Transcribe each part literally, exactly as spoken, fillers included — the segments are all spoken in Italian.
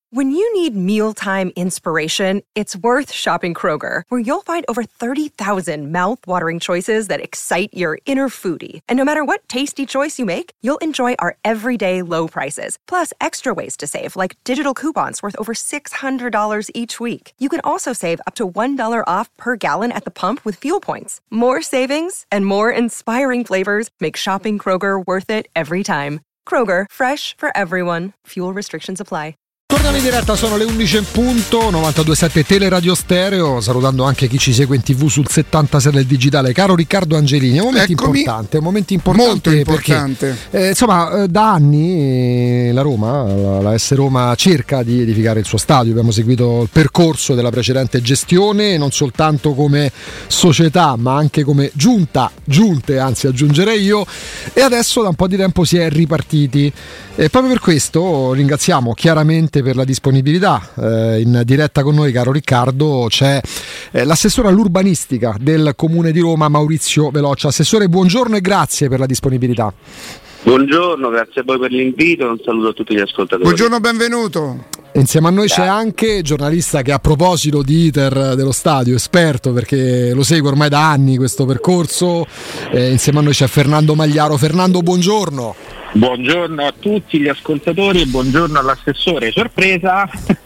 When you need mealtime inspiration, it's worth shopping Kroger, where you'll find over thirty thousand mouth-watering choices that excite your inner foodie. And no matter what tasty choice you make, you'll enjoy our everyday low prices, plus extra ways to save, like digital coupons worth over six hundred dollars each week. You can also save up to one dollar off per gallon at the pump with fuel points. More savings and more inspiring flavors make shopping Kroger worth it every time. Kroger, fresh for everyone. Fuel restrictions apply. Torniamo in diretta, sono le undici in punto, novantadue virgola sette Teleradio Stereo, salutando anche chi ci segue in tv sul settantasei del digitale. Caro Riccardo Angelini, è un momento Eccomi. importante, un momento importante Molto importante. perché eh, insomma da anni eh, la Roma, la, la S Roma cerca di edificare il suo stadio. Abbiamo seguito il percorso della precedente gestione, non soltanto come società ma anche come giunta, giunte anzi aggiungerei io, e adesso da un po' di tempo si è ripartiti. E proprio per questo ringraziamo chiaramente per la disponibilità. Eh, in diretta con noi, caro Riccardo, c'è eh, l'assessore all'urbanistica del Comune di Roma, Maurizio Veloccia. Assessore, buongiorno e grazie per la disponibilità. Buongiorno, grazie a voi per l'invito e un saluto a tutti gli ascoltatori. Buongiorno, benvenuto. Insieme a noi c'è anche giornalista che, a proposito di iter dello stadio, esperto perché lo segue ormai da anni questo percorso, eh, insieme a noi c'è Fernando Magliaro. Fernando, buongiorno. Buongiorno a tutti gli ascoltatori e buongiorno all'assessore. Sorpresa!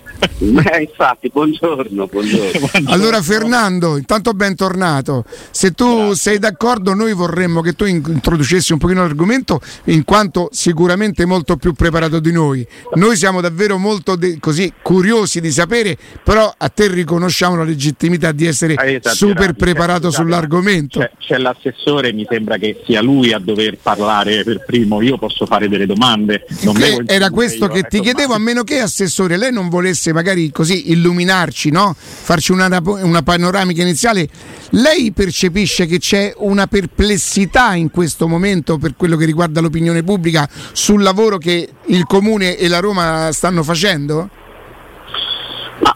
Eh, infatti, buongiorno, buongiorno. buongiorno. Allora Fernando, intanto bentornato. Se tu Grazie. sei d'accordo, noi vorremmo che tu introducessi un pochino l'argomento, in quanto sicuramente molto più preparato di noi. Noi siamo davvero molto de- così curiosi di sapere, però a te riconosciamo la legittimità di essere super preparato c'è, sull'argomento. C'è, c'è l'assessore, mi sembra che sia lui a dover parlare per primo. Io posso fare delle domande. Non eh, era questo io, che ti ecco, chiedevo, ma... a meno che, assessore, lei non volesse magari così illuminarci, no? Farci una, una panoramica iniziale. Lei percepisce che c'è una perplessità in questo momento per quello che riguarda l'opinione pubblica sul lavoro che il Comune e la Roma stanno facendo? Ma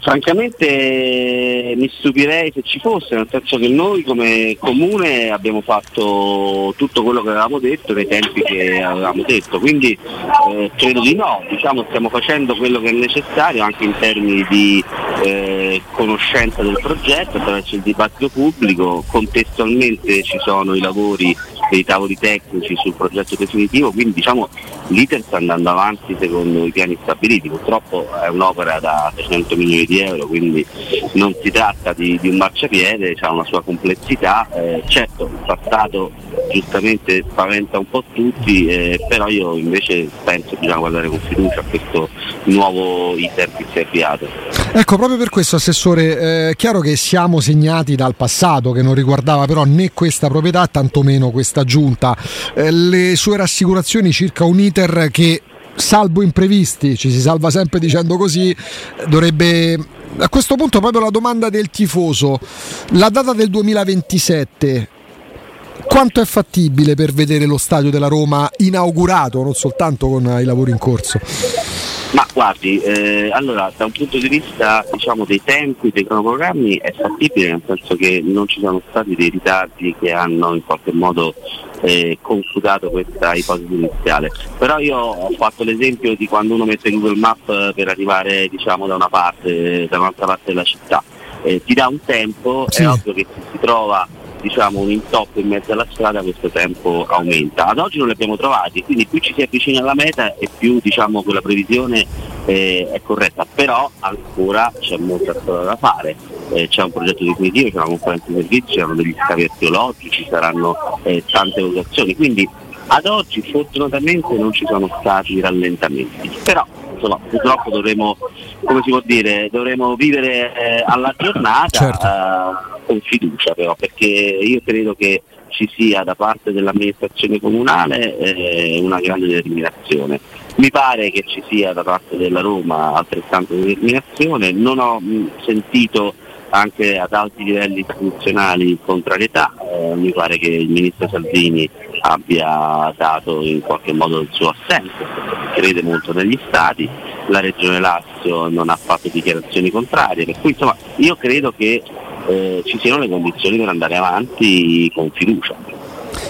francamente mi stupirei se ci fosse, nel senso che noi come Comune abbiamo fatto tutto quello che avevamo detto nei tempi che avevamo detto, quindi eh, credo di no, diciamo stiamo facendo quello che è necessario anche in termini di eh, conoscenza del progetto attraverso il dibattito pubblico. Contestualmente ci sono i lavori dei tavoli tecnici sul progetto definitivo, quindi diciamo l'iter sta andando avanti secondo i piani stabiliti. Purtroppo è un'opera da trecento milioni di euro, quindi non si tratta di, di un marciapiede, ha una sua complessità. Eh, certo, il passato giustamente spaventa un po' tutti, eh, però io invece penso che bisogna guardare con fiducia a questo nuovo iter che si è avviato. Ecco, proprio per questo, assessore, è eh, chiaro che siamo segnati dal passato che non riguardava però né questa proprietà, tantomeno questa giunta. Eh, le sue rassicurazioni circa un iter che, salvo imprevisti, ci si salva sempre dicendo così, dovrebbe, a questo punto proprio la domanda del tifoso, la data del duemilaventisette quanto è fattibile per vedere lo stadio della Roma inaugurato, non soltanto con i lavori in corso? Ma guardi, eh, allora da un punto di vista diciamo dei tempi, dei cronoprogrammi è fattibile, nel senso che non ci sono stati dei ritardi che hanno in qualche modo eh, confutato questa ipotesi iniziale. Però io ho fatto l'esempio di quando uno mette Google Maps per arrivare diciamo da una parte, da un'altra parte della città, eh, ti dà un tempo, sì. È ovvio che se si trova diciamo un intoppo in mezzo alla strada questo tempo aumenta. Ad oggi non li abbiamo trovati, quindi più ci si avvicina alla meta e più diciamo quella previsione eh, è corretta, però ancora c'è molta strada da fare. Eh, c'è un progetto definitivo, c'è una conferenza di servizi, ci saranno degli scavi archeologici, ci saranno eh, tante valutazioni, quindi ad oggi fortunatamente non ci sono stati rallentamenti, però insomma purtroppo dovremo, come si può dire, dovremo vivere eh, alla giornata, certo. eh, con fiducia però, perché io credo che ci sia da parte dell'amministrazione comunale eh, una grande determinazione. Mi pare che ci sia da parte della Roma altrettanta determinazione, non ho mh, sentito anche ad alti livelli istituzionali contrarietà, eh, mi pare che il ministro Salvini abbia dato in qualche modo il suo assenso, crede molto negli stati, la Regione Lazio non ha fatto dichiarazioni contrarie, per cui insomma io credo che eh, ci siano le condizioni per andare avanti con fiducia.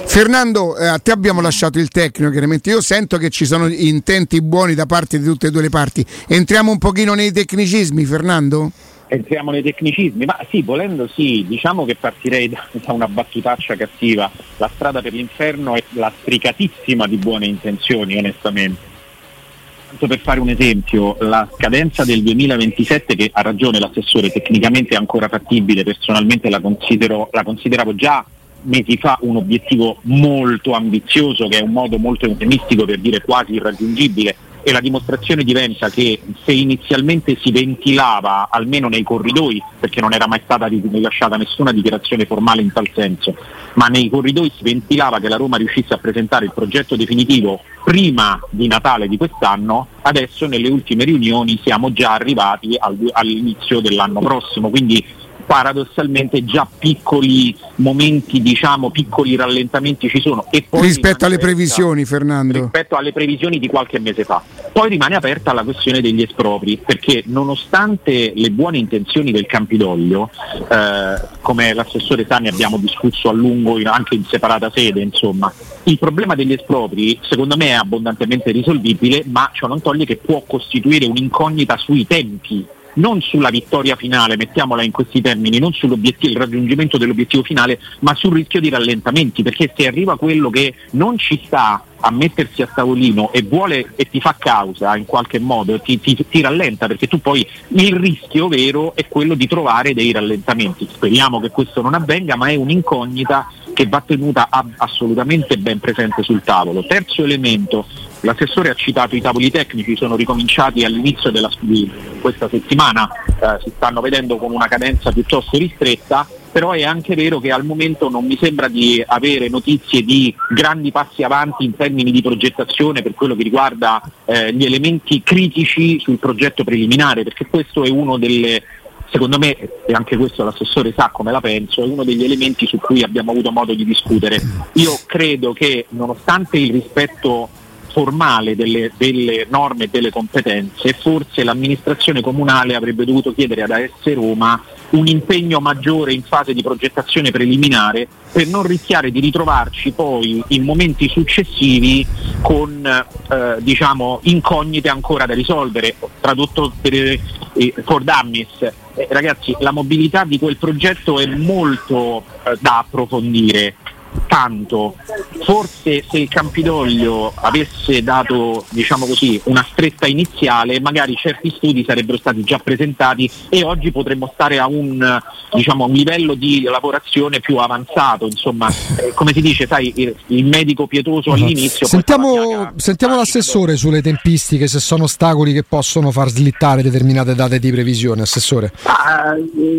Fernando, eh, a te abbiamo lasciato il tecnico, chiaramente io sento che ci sono intenti buoni da parte di tutte e due le parti. Entriamo un pochino nei tecnicismi, Fernando? Entriamo nei tecnicismi, ma sì, volendo sì, diciamo che partirei da, da una battutaccia cattiva. La strada per l'inferno è lastricatissima di buone intenzioni, onestamente. Tanto per fare un esempio, la scadenza del duemilaventisette, che ha ragione l'assessore, tecnicamente è ancora fattibile, personalmente la, considero, la consideravo già mesi fa un obiettivo molto ambizioso, che è un modo molto eufemistico per dire quasi irraggiungibile, e la dimostrazione diventa che se inizialmente si ventilava, almeno nei corridoi, perché non era mai stata rilasciata nessuna dichiarazione formale in tal senso, ma nei corridoi si ventilava che la Roma riuscisse a presentare il progetto definitivo prima di Natale di quest'anno, adesso nelle ultime riunioni siamo già arrivati al, all'inizio dell'anno prossimo, quindi paradossalmente già piccoli momenti, diciamo piccoli rallentamenti ci sono. E poi rispetto alle aperta, previsioni, Fernando, rispetto alle previsioni di qualche mese fa. Poi rimane aperta la questione degli espropri, perché nonostante le buone intenzioni del Campidoglio, eh, come l'assessore sa ne abbiamo discusso a lungo in, anche in separata sede, insomma, il problema degli espropri secondo me è abbondantemente risolvibile, ma ciò non toglie che può costituire un'incognita sui tempi, non sulla vittoria finale, mettiamola in questi termini, non sull'obiettivo, il raggiungimento dell'obiettivo finale, ma sul rischio di rallentamenti, perché se arriva quello che non ci sta a mettersi a tavolino e vuole e ti fa causa in qualche modo, ti, ti, ti rallenta, perché tu poi il rischio vero è quello di trovare dei rallentamenti. Speriamo che questo non avvenga, ma è un'incognita che va tenuta a, assolutamente ben presente sul tavolo. Terzo elemento, l'assessore ha citato i tavoli tecnici, sono ricominciati all'inizio della, di questa settimana, eh, si stanno vedendo con una cadenza piuttosto ristretta, però è anche vero che al momento non mi sembra di avere notizie di grandi passi avanti in termini di progettazione per quello che riguarda eh, gli elementi critici sul progetto preliminare, perché questo è uno delle, secondo me, e anche questo l'assessore sa come la penso, è uno degli elementi su cui abbiamo avuto modo di discutere. Io credo che nonostante il rispetto formale delle, delle norme e delle competenze, forse l'amministrazione comunale avrebbe dovuto chiedere ad A S Roma un impegno maggiore in fase di progettazione preliminare per non rischiare di ritrovarci poi in momenti successivi con eh, diciamo incognite ancora da risolvere. Tradotto per eh, for dummies, eh, ragazzi, la mobilità di quel progetto è molto eh, da approfondire. Tanto, forse se il Campidoglio avesse dato, diciamo così, una stretta iniziale, magari certi studi sarebbero stati già presentati e oggi potremmo stare a un, diciamo, un livello di lavorazione più avanzato, insomma, eh, come si dice, sai, il, il medico pietoso all'inizio. Sentiamo, sentiamo l'assessore sulle tempistiche, se sono ostacoli che possono far slittare determinate date di previsione, assessore. Ah,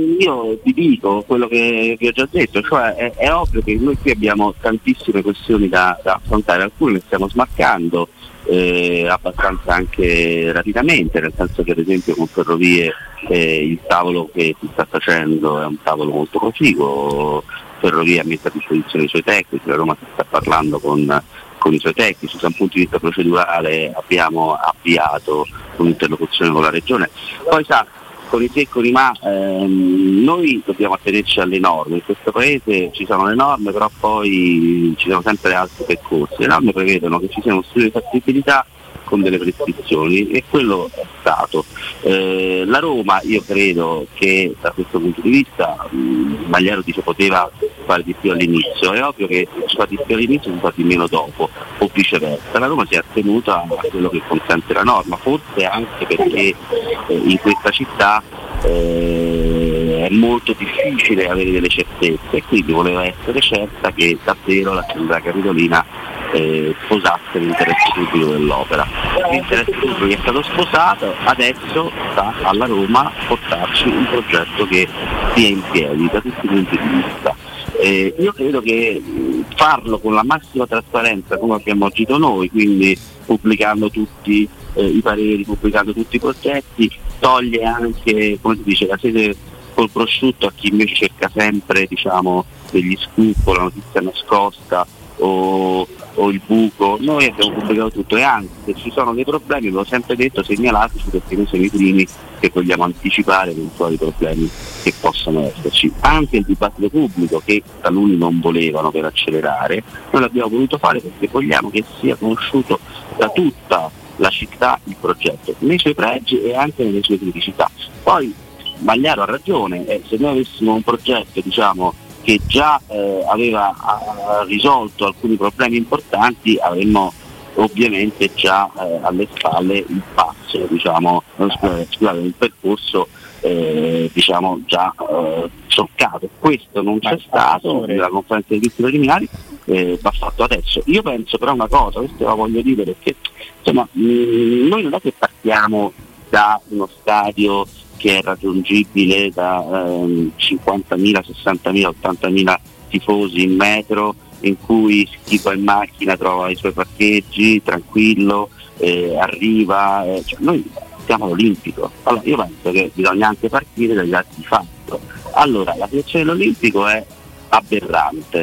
io ti dico quello che vi ho già detto, cioè è, è ovvio che noi qui abbiamo tantissime questioni da, da affrontare, alcune le stiamo smarcando eh, abbastanza anche rapidamente, nel senso che ad esempio con Ferrovie eh, il tavolo che si sta facendo è un tavolo molto proficuo, Ferrovie ha messo a disposizione i suoi tecnici, la Roma si sta parlando con, con i suoi tecnici, da un punto di vista procedurale abbiamo avviato un'interlocuzione con la Regione. Poi sa, con i se e con i ma, ehm, noi dobbiamo attenerci alle norme, in questo paese ci sono le norme, però poi ci sono sempre altri percorsi. Le norme prevedono che ci sia uno studio di fattibilità con delle prescrizioni e quello è stato. Eh, la Roma, io credo che da questo punto di vista mh, Magliaro dice poteva fare di più all'inizio, è ovvio che si fa di più all'inizio, si fa di meno dopo o viceversa. La Roma si è attenuta a quello che consente la norma, forse anche perché eh, in questa città eh, è molto difficile avere delle certezze e quindi voleva essere certa che davvero l'Assemblea Capitolina eh, sposasse l'interesse pubblico dell'opera. L'interesse pubblico è stato sposato, adesso sta alla Roma portarci un progetto che sia in piedi da tutti i punti di vista. Eh, io credo che farlo con la massima trasparenza come abbiamo agito noi, quindi pubblicando tutti eh, i pareri, pubblicando tutti i progetti, toglie anche, come si dice, la sede col prosciutto a chi invece cerca sempre, diciamo, degli scoop, la notizia nascosta o, o il buco, noi abbiamo pubblicato tutto e anzi se ci sono dei problemi, l'ho sempre detto, segnalateci perché noi siamo i primi che vogliamo anticipare eventuali problemi che possono esserci. Anche il dibattito pubblico che taluni non volevano per accelerare, noi l'abbiamo voluto fare perché vogliamo che sia conosciuto da tutta la città il progetto, nei suoi pregi e anche nelle sue criticità. Poi Magliaro ha ragione, eh, se noi avessimo un progetto diciamo che già eh, aveva ha, risolto alcuni problemi importanti, avremmo ovviamente già eh, alle spalle il passo, diciamo, scusate, scusate, il percorso eh, diciamo già eh, solcato. Questo non c'è stato, la conferenza dei diritti preliminari eh, va fatto adesso. Io penso però una cosa, questo la voglio dire perché insomma mh, noi non è che partiamo da uno stadio che è raggiungibile da ehm, cinquantamila, sessantamila, ottantamila tifosi in metro, in cui chi va in macchina trova i suoi parcheggi, tranquillo, eh, arriva, eh, cioè noi siamo all'Olimpico. Allora io penso che bisogna anche partire dagli atti di fatto. Allora la situazione dell'Olimpico è aberrante,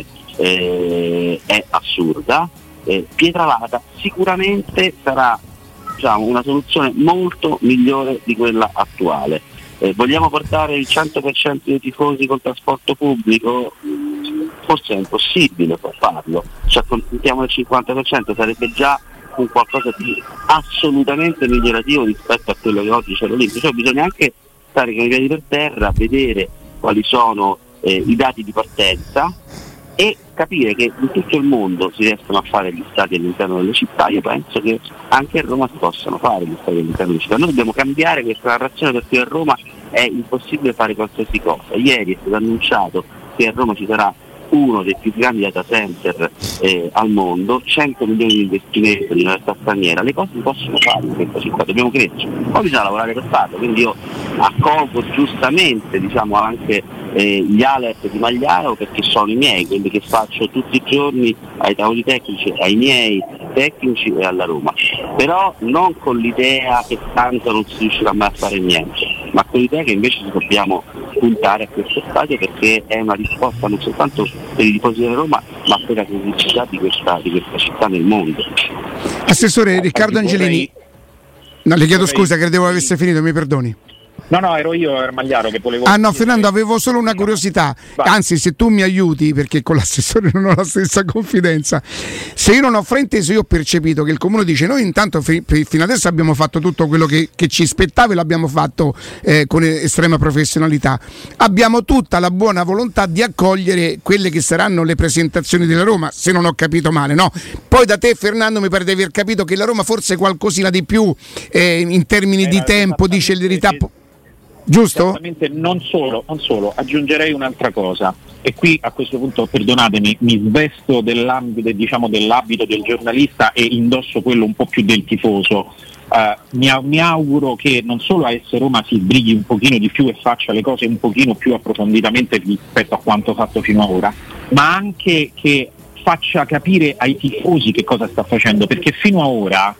eh, è assurda, eh, Pietravata sicuramente sarà diciamo, una soluzione molto migliore di quella attuale. Eh, vogliamo portare il cento per cento dei tifosi col trasporto pubblico? Forse è impossibile farlo, ci accontentiamo del cinquanta per cento, sarebbe già un qualcosa di assolutamente migliorativo rispetto a quello che oggi c'è all'Olimpico. Cioè bisogna anche stare con i piedi per terra, vedere quali sono eh, i dati di partenza e capire che in tutto il mondo si riescono a fare gli stadi all'interno delle città. Io penso che anche a Roma si possano fare gli stadi all'interno delle città. Noi dobbiamo cambiare questa narrazione perché a Roma è impossibile fare qualsiasi cosa. Ieri è stato annunciato che a Roma ci sarà uno dei più grandi data center eh, al mondo, cento milioni di investimenti di università straniera, le cose si possono fare in questa città, dobbiamo crescere, poi bisogna lavorare per farlo, quindi io accolgo giustamente diciamo anche eh, gli alert di Magliaro perché sono i miei, quelli che faccio tutti i giorni ai tavoli tecnici, ai miei tecnici e alla Roma, però non con l'idea che tanto non si riuscirà mai a fare niente, ma con l'idea che invece dobbiamo puntare a questo stadio perché è una risposta non soltanto per i tifosi della Roma ma per la criticità di questa, di questa città nel mondo. Assessore Riccardo Angelini, no, le chiedo scusa, credevo avesse finito, mi perdoni. No, no, ero io, era Magliaro che volevo... Ah no, Fernando, avevo solo una curiosità, anzi se tu mi aiuti, perché con l'assessore non ho la stessa confidenza, se io non ho frainteso, io ho percepito che il Comune dice noi intanto fi- fino adesso abbiamo fatto tutto quello che, che ci spettava e l'abbiamo fatto eh, con estrema professionalità, abbiamo tutta la buona volontà di accogliere quelle che saranno le presentazioni della Roma, se non ho capito male, no? Poi da te Fernando mi pare di aver capito che la Roma forse qualcosina di più eh, in termini Era di tempo, di celerità... Giusto? Esattamente, non solo, non solo, aggiungerei un'altra cosa e qui a questo punto perdonatemi, mi svesto dell'ambito, diciamo, dell'abito del giornalista e indosso quello un po' più del tifoso. Uh, mi, mi auguro che non solo a S Roma si sbrighi un pochino di più e faccia le cose un pochino più approfonditamente rispetto a quanto fatto fino ad ora, ma anche che faccia capire ai tifosi che cosa sta facendo, perché fino ad ora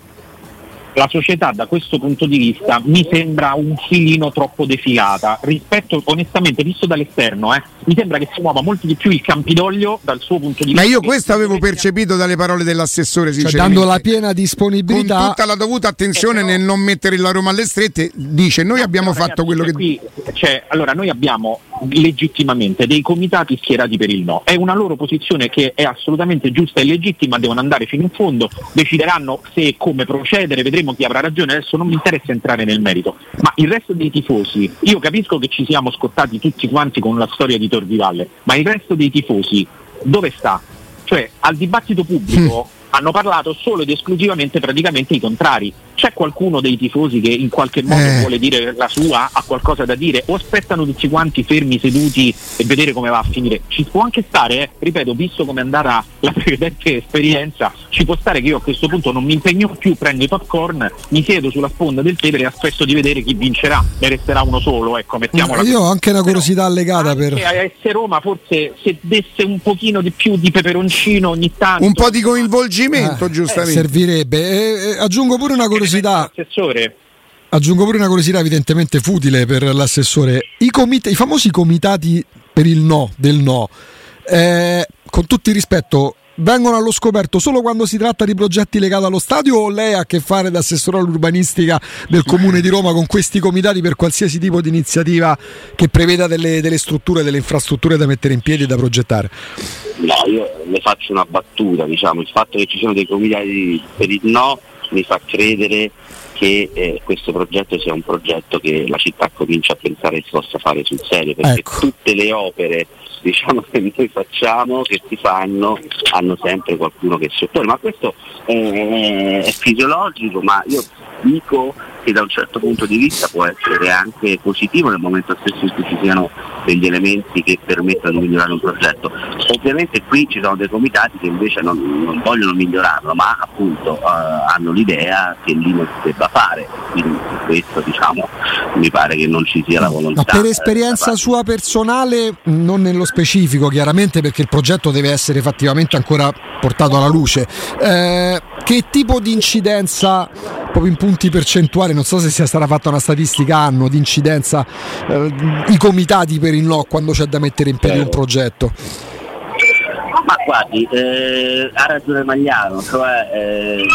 la società da questo punto di vista mi sembra un filino troppo defilata rispetto, onestamente, visto dall'esterno, eh, mi sembra che si muova molto di più il Campidoglio dal suo punto di vista. Ma io questo avevo percepito dalle parole dell'assessore, sinceramente. Cioè, dando la piena disponibilità, con tutta la dovuta attenzione eh, però, nel non mettere la Roma alle strette, dice noi no, abbiamo fatto ragazzi, quello che qui, cioè, allora noi abbiamo legittimamente dei comitati schierati per il no, è una loro posizione che è assolutamente giusta e legittima, devono andare fino in fondo, decideranno se e come procedere, vedremo chi avrà ragione, adesso non mi interessa entrare nel merito, ma il resto dei tifosi, io capisco che ci siamo scottati tutti quanti con la storia di Tor di Valle, ma il resto dei tifosi dove sta? Cioè al dibattito pubblico mm. hanno parlato solo ed esclusivamente praticamente i contrari. C'è qualcuno dei tifosi che in qualche modo eh. vuole dire la sua, ha qualcosa da dire, o aspettano tutti quanti fermi seduti e vedere come va a finire? Ci può anche stare, eh? ripeto, visto come è andata la precedente esperienza, ci può stare che io a questo punto non mi impegno più, prendo i popcorn, mi siedo sulla sponda del Tevere e aspetto di vedere chi vincerà, ne resterà uno solo, ecco, mettiamola. Io ho anche una curiosità Però, allegata per a S Roma forse se desse un pochino di più di peperoncino ogni tanto, un po' di coinvolgimento, eh, giustamente eh, servirebbe. E, e, aggiungo pure una curiosità. Assessore. Aggiungo pure una curiosità evidentemente futile per l'assessore. I, comit- i famosi comitati per il no, del no, eh, con tutto il rispetto, vengono allo scoperto solo quando si tratta di progetti legati allo stadio, o lei ha a che fare da assessore all'urbanistica del Comune di Roma con questi comitati per qualsiasi tipo di iniziativa che preveda delle, delle strutture, delle infrastrutture da mettere in piedi e da progettare? No, io le faccio una battuta, diciamo, il fatto che ci sono dei comitati per il no mi fa credere che eh, questo progetto sia un progetto che la città comincia a pensare che si possa fare sul serio, perché ecco. tutte le opere, diciamo, che noi facciamo, che si fanno, hanno sempre qualcuno che si oppone, ma questo è, è fisiologico, ma io dico che da un certo punto di vista può essere anche positivo nel momento stesso in cui ci siano degli elementi che permettano di migliorare un progetto. Ovviamente qui ci sono dei comitati che invece non, non vogliono migliorarlo, ma appunto eh, hanno l'idea che lì non si debba fare, quindi questo, diciamo, mi pare che non ci sia la volontà. Ma per esperienza eh, sua personale, non nello specifico chiaramente, perché il progetto deve essere effettivamente ancora portato alla luce, eh, che tipo di incidenza, proprio in punti percentuali, non so se sia stata fatta una statistica anno di incidenza, eh, i comitati per il no quando c'è da mettere in piedi eh. un progetto? Ma guardi, eh, ha ragione Magliano, cioè eh,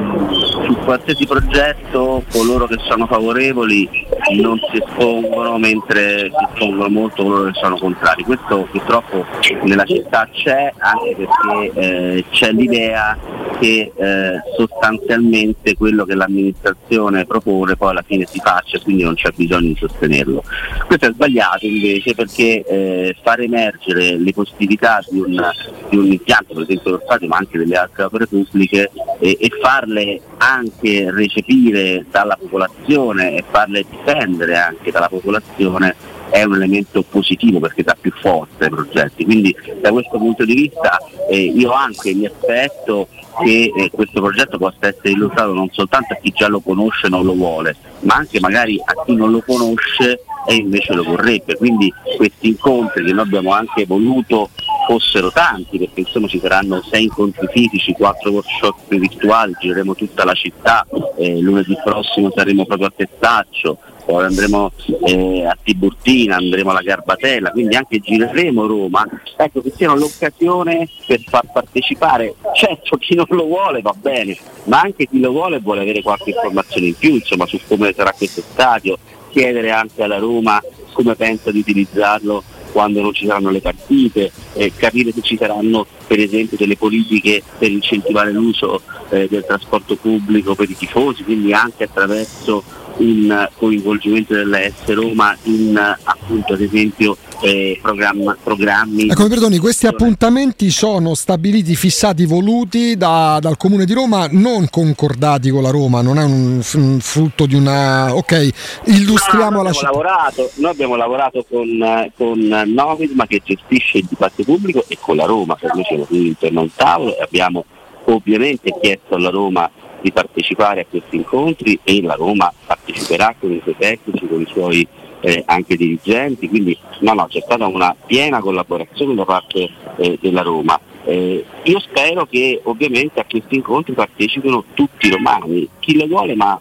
su qualsiasi progetto coloro che sono favorevoli non si espongono, mentre si espongono molto coloro che sono contrari. Questo purtroppo nella città c'è, anche perché eh, c'è l'idea che eh, sostanzialmente quello che l'amministrazione propone poi alla fine si faccia, quindi non c'è bisogno di sostenerlo. Questo è sbagliato invece, perché eh, far emergere le positività di un, di un impianto, per esempio lo stadio, ma anche delle altre opere pubbliche, e, e farle anche recepire dalla popolazione e farle difendere anche dalla popolazione è un elemento positivo, perché dà più forza ai progetti. Quindi da questo punto di vista eh, io anche mi aspetto che eh, questo progetto possa essere illustrato non soltanto a chi già lo conosce e non lo vuole, ma anche magari a chi non lo conosce e invece lo vorrebbe. Quindi questi incontri, che noi abbiamo anche voluto fossero tanti, perché insomma ci saranno sei incontri fisici, quattro workshop virtuali, gireremo tutta la città, eh, lunedì prossimo saremo proprio a Testaccio, poi andremo eh, a Tiburtina, andremo alla Garbatella, quindi anche gireremo Roma. Ecco, che siano l'occasione per far partecipare, certo chi non lo vuole va bene, ma anche chi lo vuole vuole avere qualche informazione in più, insomma, su come sarà questo stadio, chiedere anche alla Roma come pensa di utilizzarlo quando non ci saranno le partite, eh, capire se ci saranno per esempio delle politiche per incentivare l'uso eh, del trasporto pubblico per i tifosi, quindi anche attraverso un coinvolgimento dell'A S Roma in appunto ad esempio eh, programma, programmi. Ecco, perdoni, questi appuntamenti sono stabiliti, fissati, voluti da, dal Comune di Roma, non concordati con la Roma, non è un, un frutto di una ok, illustriamo no, la città. Lavorato, noi abbiamo lavorato con, con Novisma, che gestisce il dibattito pubblico, e con la Roma, per noi siamo qui intorno a un tavolo, e abbiamo ovviamente chiesto alla Roma di partecipare a questi incontri, e la Roma parteciperà con i suoi tecnici, con i suoi eh, anche dirigenti, quindi no no c'è stata una piena collaborazione da parte eh, della Roma. Eh, io spero che ovviamente a questi incontri partecipino tutti i romani, chi lo vuole, ma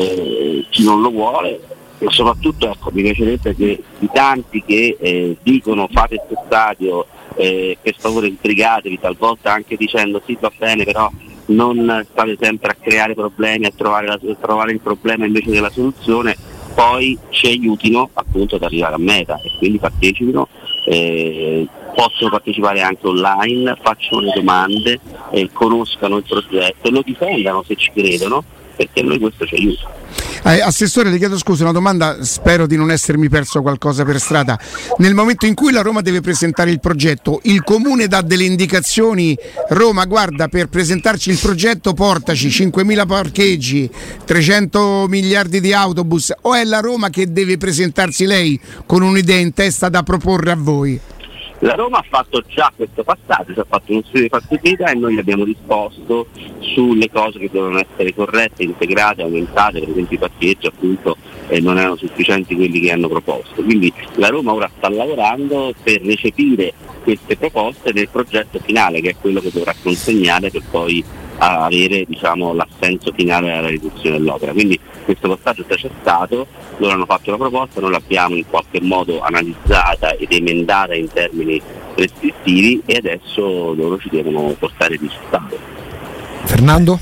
eh, chi non lo vuole, e soprattutto ecco, mi piacerebbe che i tanti che eh, dicono fate questo stadio, eh, per favore intrigatevi, talvolta anche dicendo sì va bene, però non state sempre a creare problemi, a trovare, la, a trovare il problema invece della soluzione, poi ci aiutino appunto ad arrivare a meta, e quindi partecipino, eh, possono partecipare anche online, facciano le domande, eh, conoscano il progetto, lo difendano se ci credono, perché a noi questo ci aiuta. Eh, Assessore, le chiedo scusa, una domanda, spero di non essermi perso qualcosa per strada. Nel momento in cui la Roma deve presentare il progetto, il Comune dà delle indicazioni: Roma, guarda, per presentarci il progetto portaci cinquemila parcheggi, trecento miliardi di autobus, o è la Roma che deve presentarsi lei con un'idea in testa da proporre a voi? La Roma ha fatto già questo passaggio, ci ha fatto uno studio di fattibilità e noi gli abbiamo risposto sulle cose che devono essere corrette, integrate, aumentate. Per esempio i parcheggi appunto eh, non erano sufficienti quelli che hanno proposto, quindi la Roma ora sta lavorando per recepire queste proposte nel progetto finale, che è quello che dovrà consegnare per poi a avere, diciamo, l'assenso finale alla realizzazione dell'opera. Quindi questo passaggio già c'è stato, loro hanno fatto una proposta, noi l'abbiamo in qualche modo analizzata ed emendata in termini restrittivi e adesso loro ci devono portare il risultato. Fernando?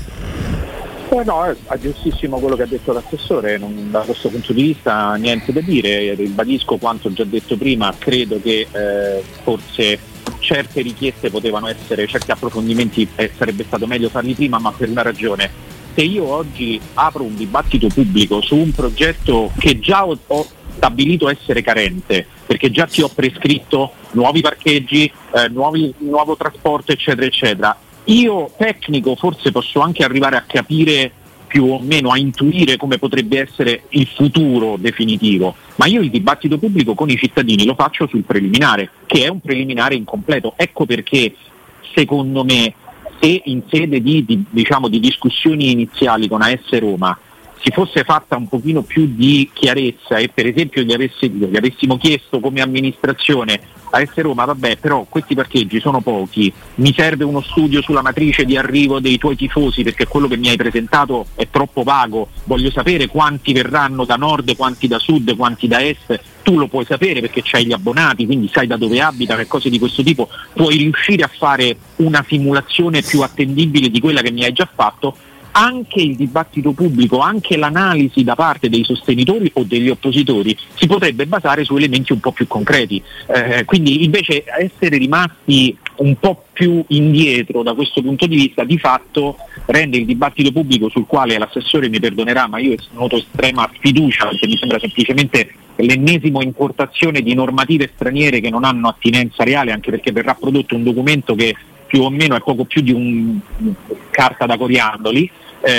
Eh no, è giustissimo quello che ha detto l'assessore, non, da questo punto di vista niente da dire, ribadisco quanto già detto prima, credo che eh, forse certe richieste potevano essere, certi approfondimenti eh, sarebbe stato meglio farli prima, ma per una ragione. Se io oggi apro un dibattito pubblico su un progetto che già ho, ho stabilito essere carente, perché già ti ho prescritto nuovi parcheggi, eh, nuovi, nuovo trasporto eccetera eccetera, io tecnico forse posso anche arrivare a capire più o meno, a intuire come potrebbe essere il futuro definitivo, ma io il dibattito pubblico con i cittadini lo faccio sul preliminare, che è un preliminare incompleto. Ecco perché secondo me, se in sede di, di, diciamo, di discussioni iniziali con A S Roma si fosse fatta un pochino più di chiarezza e per esempio gli, avessi, gli avessimo chiesto come amministrazione A S Roma, vabbè, però questi parcheggi sono pochi, mi serve uno studio sulla matrice di arrivo dei tuoi tifosi perché quello che mi hai presentato è troppo vago, voglio sapere quanti verranno da nord, quanti da sud, quanti da est, tu lo puoi sapere perché c'hai gli abbonati, quindi sai da dove abitano e cose di questo tipo, puoi riuscire a fare una simulazione più attendibile di quella che mi hai già fatto. Anche il dibattito pubblico, anche l'analisi da parte dei sostenitori o degli oppositori si potrebbe basare su elementi un po' più concreti, eh, quindi invece essere rimasti un po' più indietro da questo punto di vista di fatto rende il dibattito pubblico, sul quale l'assessore mi perdonerà ma io noto estrema sfiducia perché mi sembra semplicemente l'ennesimo importazione di normative straniere che non hanno attinenza reale, anche perché verrà prodotto un documento che più o meno è poco più di un carta da coriandoli.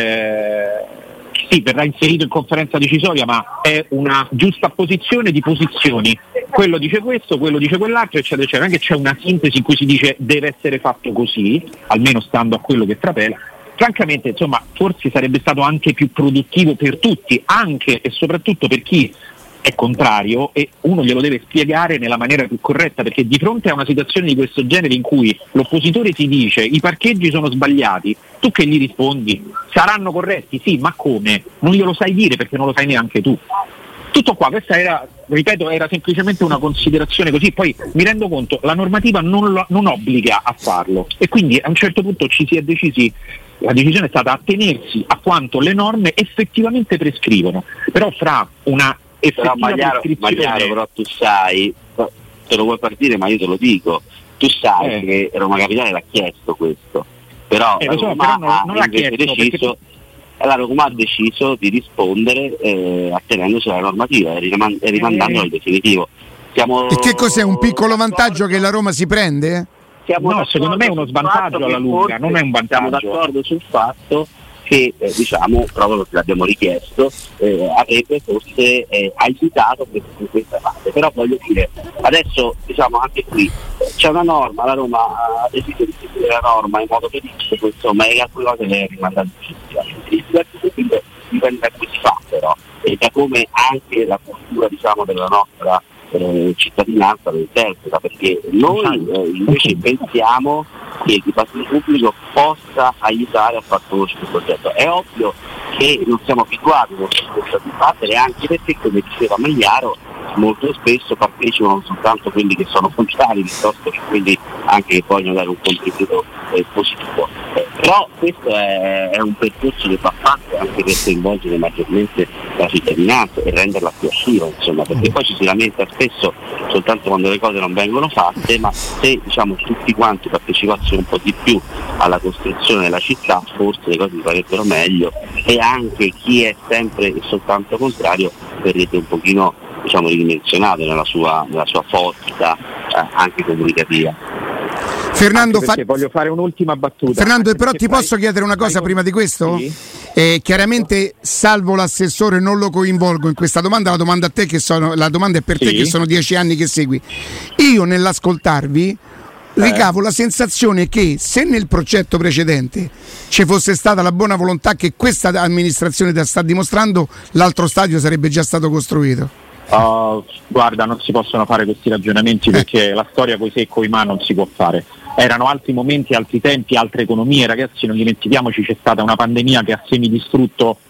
Eh, sì, verrà inserito in conferenza decisoria, ma è una giusta posizione di posizioni. Quello dice questo, quello dice quell'altro, eccetera, eccetera. Non è che c'è una sintesi in cui si dice deve essere fatto così, almeno stando a quello che trapela. Francamente, insomma, forse sarebbe stato anche più produttivo per tutti, anche e soprattutto per chi è contrario, e uno glielo deve spiegare nella maniera più corretta, perché di fronte a una situazione di questo genere in cui l'oppositore ti dice i parcheggi sono sbagliati, tu che gli rispondi? Saranno corretti? Sì, ma come? Non glielo sai dire perché non lo sai neanche tu. Tutto qua, questa era, ripeto, era semplicemente una considerazione così, poi mi rendo conto, la normativa non, lo, non obbliga a farlo e quindi a un certo punto ci si è decisi, la decisione è stata attenersi a quanto le norme effettivamente prescrivono, però fra una però Magliaro, Magliaro però tu sai, te lo vuoi partire ma io te lo dico, tu sai eh. che Roma Capitale l'ha chiesto questo, però, eh, la, so, Roma però non, non l'ha chiesto deciso, perché... la Roma ha deciso di rispondere eh, attenendosi alla normativa e rimand- rimandandolo eh. al definitivo. Siamo... E che cos'è, un piccolo vantaggio che la Roma si prende? Siamo no, secondo me è uno svantaggio alla lunga, non è un vantaggio. Siamo d'accordo sul fatto che eh, diciamo, proprio perché l'abbiamo richiesto, eh, avrebbe forse eh, aiutato in questa fase. Però voglio dire, adesso diciamo anche qui c'è una norma, la Roma ha deciso di seguire la norma in modo felice, insomma, e alcune cose le rimandate successivamente. Dipende da come si fa però, e da come anche la cultura diciamo della nostra eh, cittadinanza lo interpreta, perché noi eh, invece pensiamo che il dibattito pubblico possa aiutare a far conoscere il progetto. È ovvio che non siamo abituati a dibattere, anche perché, come diceva Magliaro, molto spesso partecipano soltanto quelli che sono contrari piuttosto che quelli anche che vogliono dare un contributo eh, positivo. Eh, però questo è, è un percorso che va fatto anche per coinvolgere maggiormente la cittadinanza e renderla più attiva, insomma, perché poi ci si lamenta spesso soltanto quando le cose non vengono fatte, ma se diciamo tutti quanti partecipassero un po' di più alla costruzione della città forse le cose si farebbero meglio e anche chi è sempre e soltanto contrario verrebbe un pochino diciamo ridimensionato nella sua, nella sua forza eh, anche comunicativa. Fernando, fa... voglio fare un'ultima battuta. Fernando, però ti fai... posso chiedere una cosa prima di questo? Sì. Eh, chiaramente, salvo l'assessore, non lo coinvolgo in questa domanda. La domanda a te che sono, la domanda è per sì. te che sono dieci anni che segui. Io nell'ascoltarvi eh. ricavo la sensazione che se nel progetto precedente ci fosse stata la buona volontà che questa amministrazione sta dimostrando, l'altro stadio sarebbe già stato costruito. Uh, guarda, non si possono fare questi ragionamenti perché eh. la storia coi se e coi ma non si può fare. Erano altri momenti, altri tempi, altre economie, ragazzi, non dimentichiamoci, c'è stata una pandemia che ha semidistrutto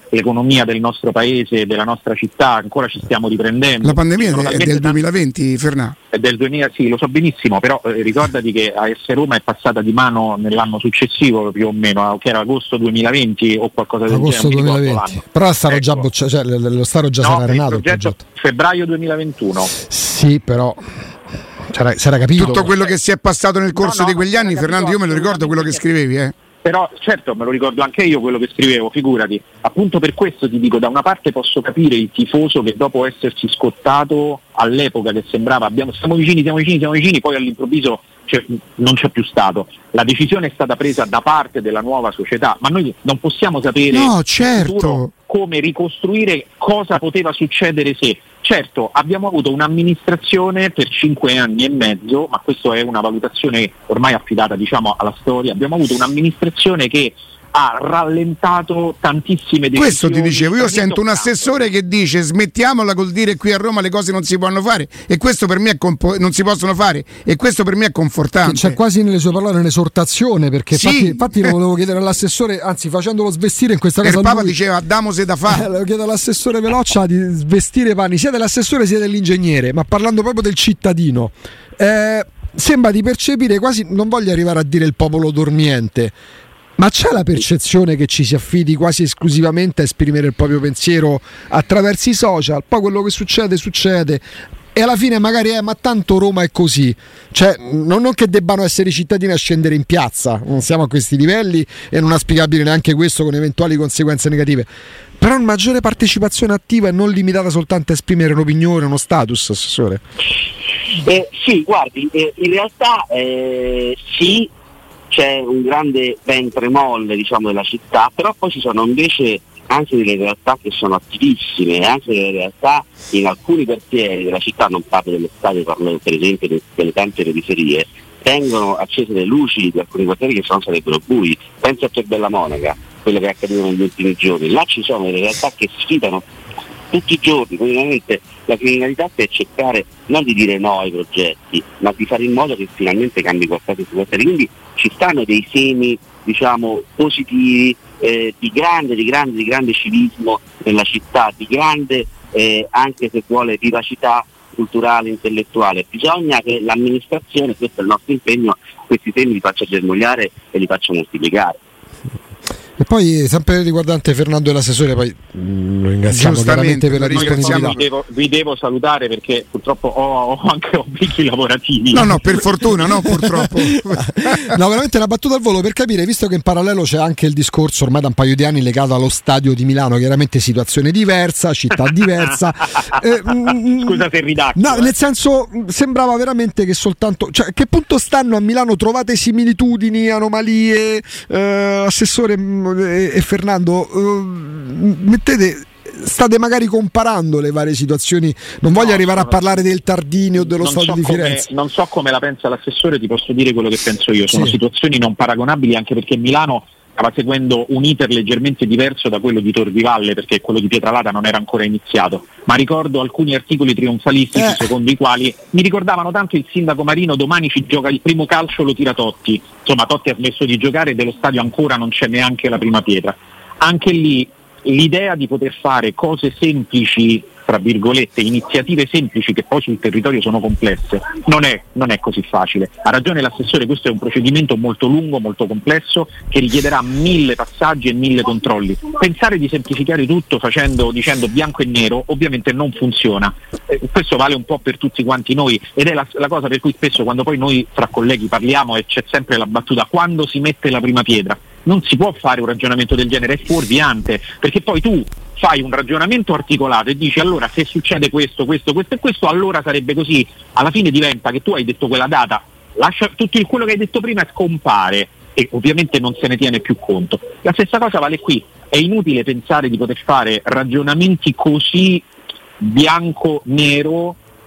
l'economia del nostro paese, della nostra città, ancora ci stiamo riprendendo. La pandemia è del duemilaventi, Fernà? È del duemila, sì, lo so benissimo, però eh, ricordati che A S Roma è passata di mano nell'anno successivo più o meno, che era agosto duemilaventi o qualcosa del agosto genere. duemilaventi. Però staro ecco. già boccia, cioè, lo staro già no, sarà arenato il progetto, il progetto febbraio duemilaventuno. Sì, però c'era, c'era capito. Tutto quello che si è passato nel corso no, no, di quegli anni, Fernando, io me lo ricordo quello che scrivevi, eh. Però certo me lo ricordo anche io quello che scrivevo, figurati. Appunto per questo ti dico, da una parte posso capire il tifoso che dopo essersi scottato all'epoca che sembrava abbiamo, siamo vicini, siamo vicini, siamo vicini, poi all'improvviso cioè, non c'è più stato. La decisione è stata presa da parte della nuova società, ma noi non possiamo sapere no, certo. come ricostruire cosa poteva succedere se. Certo, abbiamo avuto un'amministrazione per cinque anni e mezzo, ma questa è una valutazione ormai affidata, diciamo, alla storia. Abbiamo avuto un'amministrazione che ha rallentato tantissime decisioni. Questo ti dicevo, io sento un assessore che dice smettiamola col dire qui a Roma le cose non si possono fare e questo per me è compo- non si possono fare e questo per me è confortante. C'è quasi nelle sue parole un'esortazione, perché sì. infatti, infatti lo volevo chiedere all'assessore, anzi facendolo svestire in questa cosa. Il Papa lui, diceva damose da fare. Eh, lo chiedo all'assessore Veloccia di svestire i panni sia dell'assessore sia dell'ingegnere, ma parlando proprio del cittadino. Eh, sembra di percepire quasi, non voglio arrivare a dire il popolo dormiente, ma c'è la percezione che ci si affidi quasi esclusivamente a esprimere il proprio pensiero attraverso i social, poi quello che succede succede e alla fine magari è eh, ma tanto Roma è così, cioè non, non che debbano essere i cittadini a scendere in piazza, non siamo a questi livelli e non è spiegabile neanche questo con eventuali conseguenze negative, però una maggiore partecipazione attiva e non limitata soltanto a esprimere un'opinione, uno status, assessore. Eh, sì, guardi, eh, in realtà eh, sì, c'è un grande ventre-molle, diciamo, della città, però poi ci sono invece anche delle realtà che sono attivissime, anche delle realtà in alcuni quartieri della città, non parlo dello stadio, parlo per esempio delle tante periferie, vengono accese le luci di alcuni quartieri che sono sarebbero bui. Penso a Bella Monaca, quello che è accaduto negli ultimi giorni. Là ci sono delle realtà che sfidano tutti i giorni, praticamente la criminalità, per cercare non di dire no ai progetti, ma di fare in modo che finalmente cambi qualcosa su quartieri. Quindi ci stanno dei semi, diciamo, positivi, eh, di grande, di grande, di grande civismo nella città, di grande eh, anche se vuole vivacità culturale, intellettuale. Bisogna che l'amministrazione, questo è il nostro impegno, questi temi li faccia germogliare e li faccia moltiplicare. E poi sempre riguardante Fernando e l'assessore, poi mh, lo ringraziamo chiaramente per la disponibilità. Vi devo, vi devo salutare perché purtroppo ho, ho anche obblighi lavorativi. No, no, per fortuna, no, purtroppo. No, veramente una battuta al volo per capire, visto che in parallelo c'è anche il discorso ormai da un paio di anni legato allo stadio di Milano, chiaramente situazione diversa, città diversa. eh, Scusa se ridacchio. No, eh. nel senso, sembrava veramente che soltanto, cioè, a che punto stanno a Milano? Trovate similitudini, anomalie, eh, assessore e Fernando, uh, mettete, state magari comparando le varie situazioni, non voglio no, arrivare a parlare del Tardini o dello stadio so di Firenze. Come, non so come la pensa l'assessore, ti posso dire quello che penso io, sono sì. situazioni non paragonabili, anche perché Milano stava seguendo un iter leggermente diverso da quello di Tor di Valle, perché quello di Pietralata non era ancora iniziato, ma ricordo alcuni articoli trionfalistici eh. secondo i quali mi ricordavano tanto il sindaco Marino: domani ci gioca il primo calcio, lo tira Totti. Insomma, Totti ha smesso di giocare e dello stadio ancora non c'è neanche la prima pietra. Anche lì l'idea di poter fare cose semplici, tra virgolette, iniziative semplici che poi sul territorio sono complesse, non è, non è così facile. Ha ragione l'assessore, questo è un procedimento molto lungo, molto complesso, che richiederà mille passaggi e mille controlli. Pensare di semplificare tutto facendo, dicendo bianco e nero, ovviamente non funziona. Eh, questo vale un po' per tutti quanti noi, ed è la, la cosa per cui spesso quando poi noi tra colleghi parliamo e c'è sempre la battuta: quando si mette la prima pietra? Non si può fare un ragionamento del genere, è fuorviante, perché poi tu fai un ragionamento articolato e dici allora se succede questo, questo, questo e questo, allora sarebbe così. Alla fine diventa che tu hai detto quella data, lascia tutto il, quello che hai detto prima e scompare, e ovviamente non se ne tiene più conto. La stessa cosa vale qui, è inutile pensare di poter fare ragionamenti così bianco-nero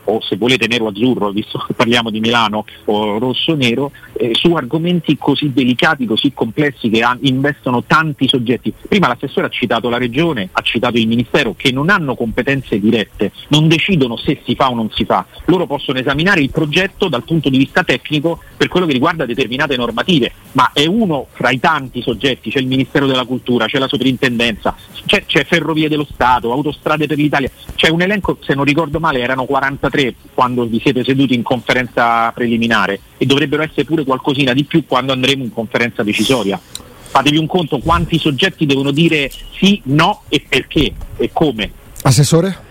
o se volete nero-azzurro, visto che parliamo di Milano, o rosso-nero, eh, su argomenti così delicati, così complessi che ha, investono tanti soggetti. Prima l'assessore ha citato la regione, ha citato il ministero, che non hanno competenze dirette, non decidono se si fa o non si fa. Loro possono esaminare il progetto dal punto di vista tecnico per quello che riguarda determinate normative, ma è uno fra i tanti soggetti. C'è il Ministero della Cultura, c'è la Soprintendenza, c'è, c'è Ferrovie dello Stato, Autostrade per l'Italia, c'è un elenco, se non ricordo male erano quarantatré quando vi siete seduti in conferenza preliminare, e dovrebbero essere pure qualcosina di più quando andremo in conferenza decisoria. Fatevi un conto quanti soggetti devono dire sì, no e perché e come. Assessore?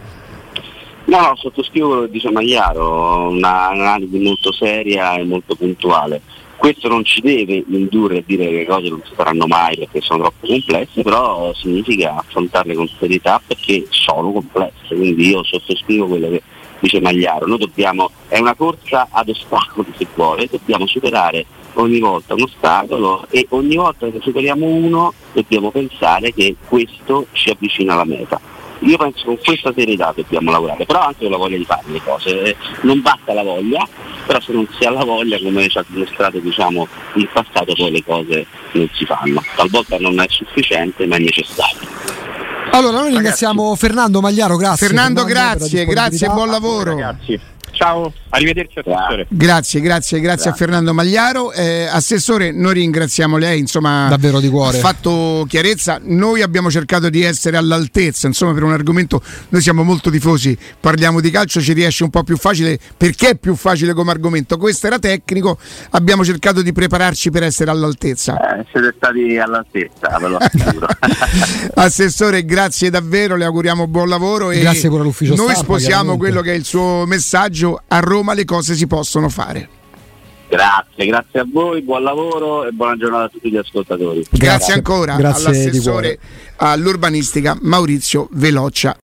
No, no, sottoscrivo quello che dice Magliaro, un'analisi molto seria e molto puntuale. Questo non ci deve indurre a dire che le cose non si faranno mai perché sono troppo complesse, però significa affrontarle con serietà perché sono complesse, quindi io sottoscrivo quello che dice Magliaro. Noi dobbiamo, è una corsa ad ostacoli se vuole, dobbiamo superare ogni volta un ostacolo e ogni volta che superiamo uno dobbiamo pensare che questo ci avvicina alla meta. Io penso che con questa serietà dobbiamo lavorare, però anche con la voglia di fare le cose. Non basta la voglia, però se non si ha la voglia, come ci ha dimostrato diciamo in passato, poi le cose non si fanno. Talvolta non è sufficiente, ma è necessario. Allora noi ringraziamo Ragazzi. Fernando Magliaro, grazie. Fernando, Fernando grazie, grazie, buon lavoro. Ragazzi. Ciao, arrivederci assessore. Grazie, grazie, grazie a Fernando Magliaro. Eh, assessore, noi ringraziamo lei, insomma, davvero di cuore. Ha fatto chiarezza. Noi abbiamo cercato di essere all'altezza, insomma, per un argomento, noi siamo molto tifosi, parliamo di calcio, ci riesce un po' più facile perché è più facile come argomento. Questo era tecnico, abbiamo cercato di prepararci per essere all'altezza. Eh, siete stati all'altezza, ve lo assicuro. Assessore, grazie davvero, le auguriamo buon lavoro e grazie pure all'ufficio noi stampa, sposiamo quello che è il suo messaggio. A Roma le cose si possono fare. Grazie, grazie a voi, buon lavoro e buona giornata a tutti gli ascoltatori. Grazie, grazie ancora grazie all'assessore all'urbanistica Maurizio Veloccia.